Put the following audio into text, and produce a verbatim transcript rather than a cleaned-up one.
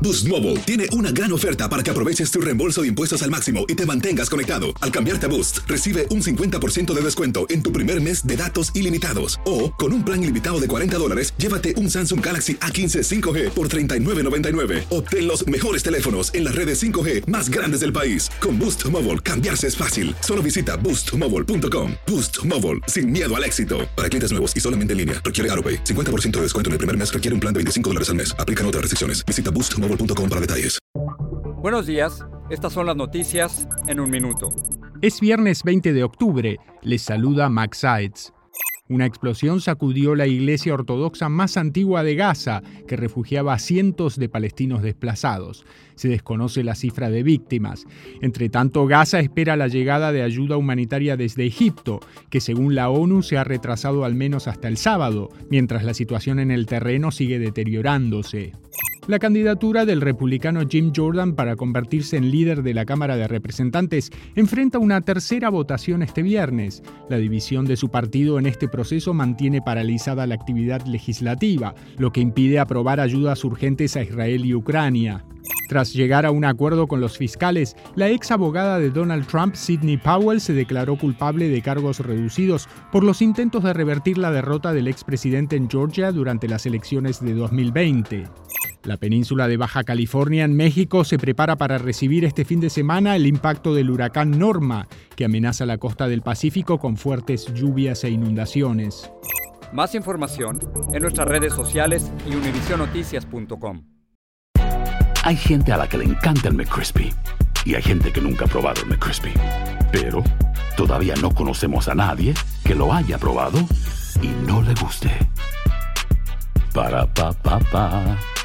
Boost Mobile tiene una gran oferta para que aproveches tu reembolso de impuestos al máximo y te mantengas conectado. Al cambiarte a Boost, recibe un cincuenta por ciento de descuento en tu primer mes de datos ilimitados. O, con un plan ilimitado de cuarenta dólares, llévate un Samsung Galaxy A quince cinco G por treinta y nueve noventa y nueve. Obtén los mejores teléfonos en las redes cinco G más grandes del país. Con Boost Mobile, cambiarse es fácil. Solo visita boost mobile punto com. Boost Mobile, sin miedo al éxito. Para clientes nuevos y solamente en línea, requiere AutoPay. cincuenta por ciento de descuento en el primer mes requiere un plan de veinticinco dólares al mes. Aplican otras restricciones. Visita boost mobile punto com para detalles. Buenos días, estas son las noticias en un minuto. Es viernes veinte de octubre, les saluda Max Sides. Una explosión sacudió la iglesia ortodoxa más antigua de Gaza, que refugiaba a cientos de palestinos desplazados. Se desconoce la cifra de víctimas. Entre tanto, Gaza espera la llegada de ayuda humanitaria desde Egipto, que según la ONU se ha retrasado al menos hasta el sábado, mientras la situación en el terreno sigue deteriorándose. La candidatura del republicano Jim Jordan para convertirse en líder de la Cámara de Representantes enfrenta una tercera votación este viernes. La división de su partido en este proceso mantiene paralizada la actividad legislativa, lo que impide aprobar ayudas urgentes a Israel y Ucrania. Tras llegar a un acuerdo con los fiscales, la ex abogada de Donald Trump, Sidney Powell, se declaró culpable de cargos reducidos por los intentos de revertir la derrota del expresidente en Georgia durante las elecciones de dos mil veinte. La península de Baja California en México se prepara para recibir este fin de semana el impacto del huracán Norma, que amenaza la costa del Pacífico con fuertes lluvias e inundaciones. Más información en nuestras redes sociales y univision noticias punto com. Hay gente a la que le encanta el McCrispy y hay gente que nunca ha probado el McCrispy. Pero todavía no conocemos a nadie que lo haya probado y no le guste. Para pa pa pa.